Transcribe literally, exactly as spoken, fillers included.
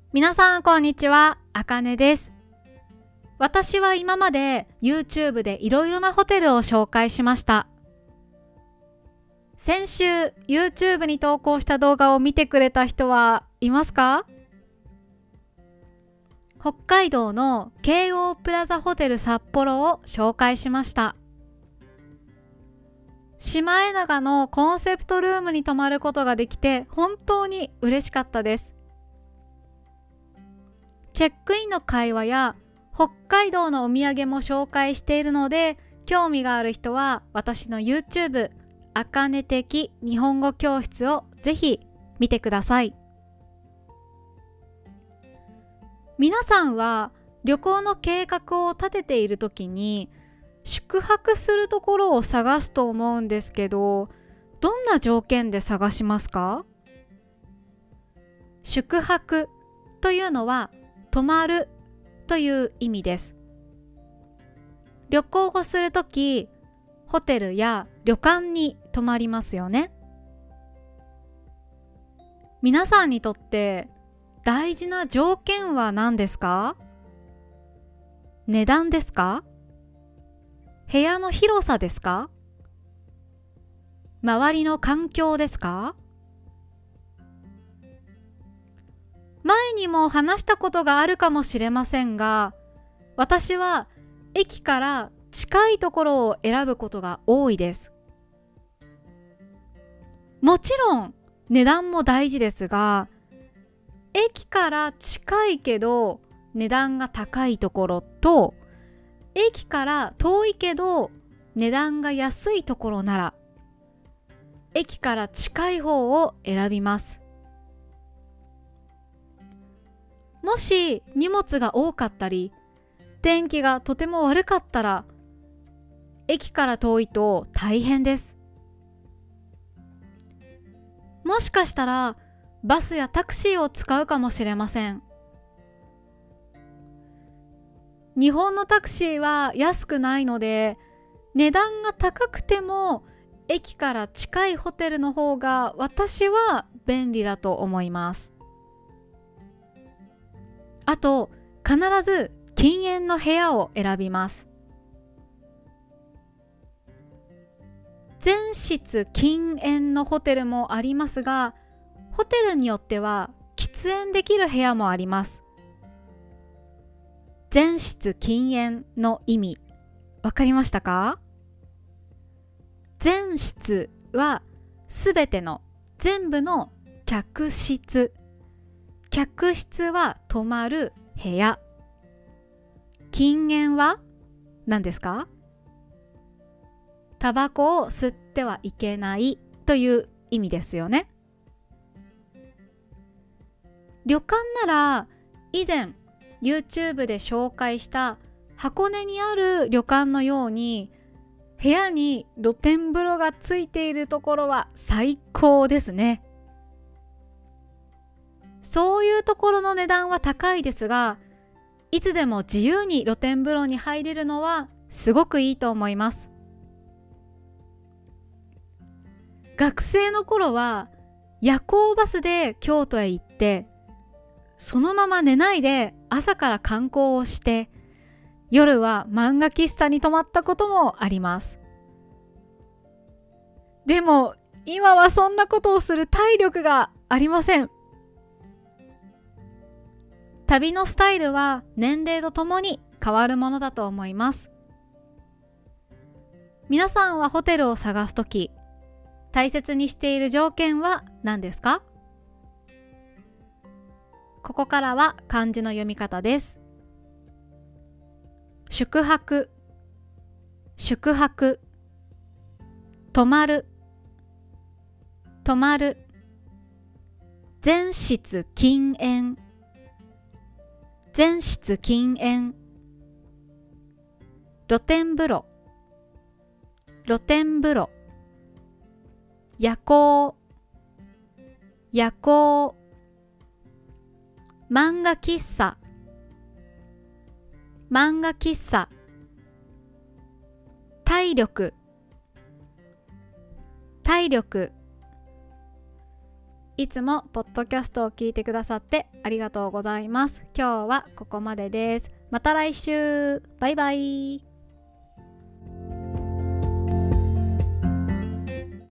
皆さんこんにちは、あかねです。私は今まで YouTube でいろいろなホテルを紹介しました。先週 YouTube に投稿した動画を見てくれた人はいますか？北海道の京王プラザホテル札幌を紹介しました。シマエナガのコンセプトルームに泊まることができて本当に嬉しかったです。チェックインの会話や北海道のお土産も紹介しているので、興味がある人は私の YouTube あかね的日本語教室をぜひ見てください。皆さんは旅行の計画を立てているときに宿泊するところを探すと思うんですけど、どんな条件で探しますか？宿泊というのは泊まるという意味です。旅行をするとき、ホテルや旅館に泊まりますよね。皆さんにとって大事な条件は何ですか？値段ですか？部屋の広さですか？周りの環境ですか？前にも話したことがあるかもしれませんが、私は駅から近いところを選ぶことが多いです。もちろん値段も大事ですが、駅から近いけど値段が高いところと、駅から遠いけど値段が安いところなら、駅から近い方を選びます。もし荷物が多かったり、天気がとても悪かったら、駅から遠いと大変です。もしかしたらバスやタクシーを使うかもしれません。日本のタクシーは安くないので、値段が高くても駅から近いホテルの方が私は便利だと思います。あと、必ず禁煙の部屋を選びます。全室禁煙のホテルもありますが、ホテルによっては喫煙できる部屋もあります。全室禁煙の意味、わかりましたか？全室はすべての、全部の客室。客室は泊まる部屋。禁煙は何ですか？タバコを吸ってはいけないという意味ですよね。旅館なら以前 YouTube で紹介した箱根にある旅館のように、部屋に露天風呂がついているところは最高ですね。そういうところの値段は高いですが、いつでも自由に露天風呂に入れるのはすごくいいと思います。学生の頃は夜行バスで京都へ行って、そのまま寝ないで朝から観光をして、夜は漫画喫茶に泊まったこともあります。でも今はそんなことをする体力がありません。旅のスタイルは年齢とともに変わるものだと思います。皆さんはホテルを探すとき、大切にしている条件は何ですか？ここからは漢字の読み方です。宿泊、宿泊、泊まる、泊まる、全室禁煙、全室禁煙、露天風呂、露天風呂、夜行、夜行、漫画喫茶、漫画喫茶、体力、体力、 いつもポッドキャストを聞いてくださってありがとうございます。今日はここまでです。また来週。バイバイ。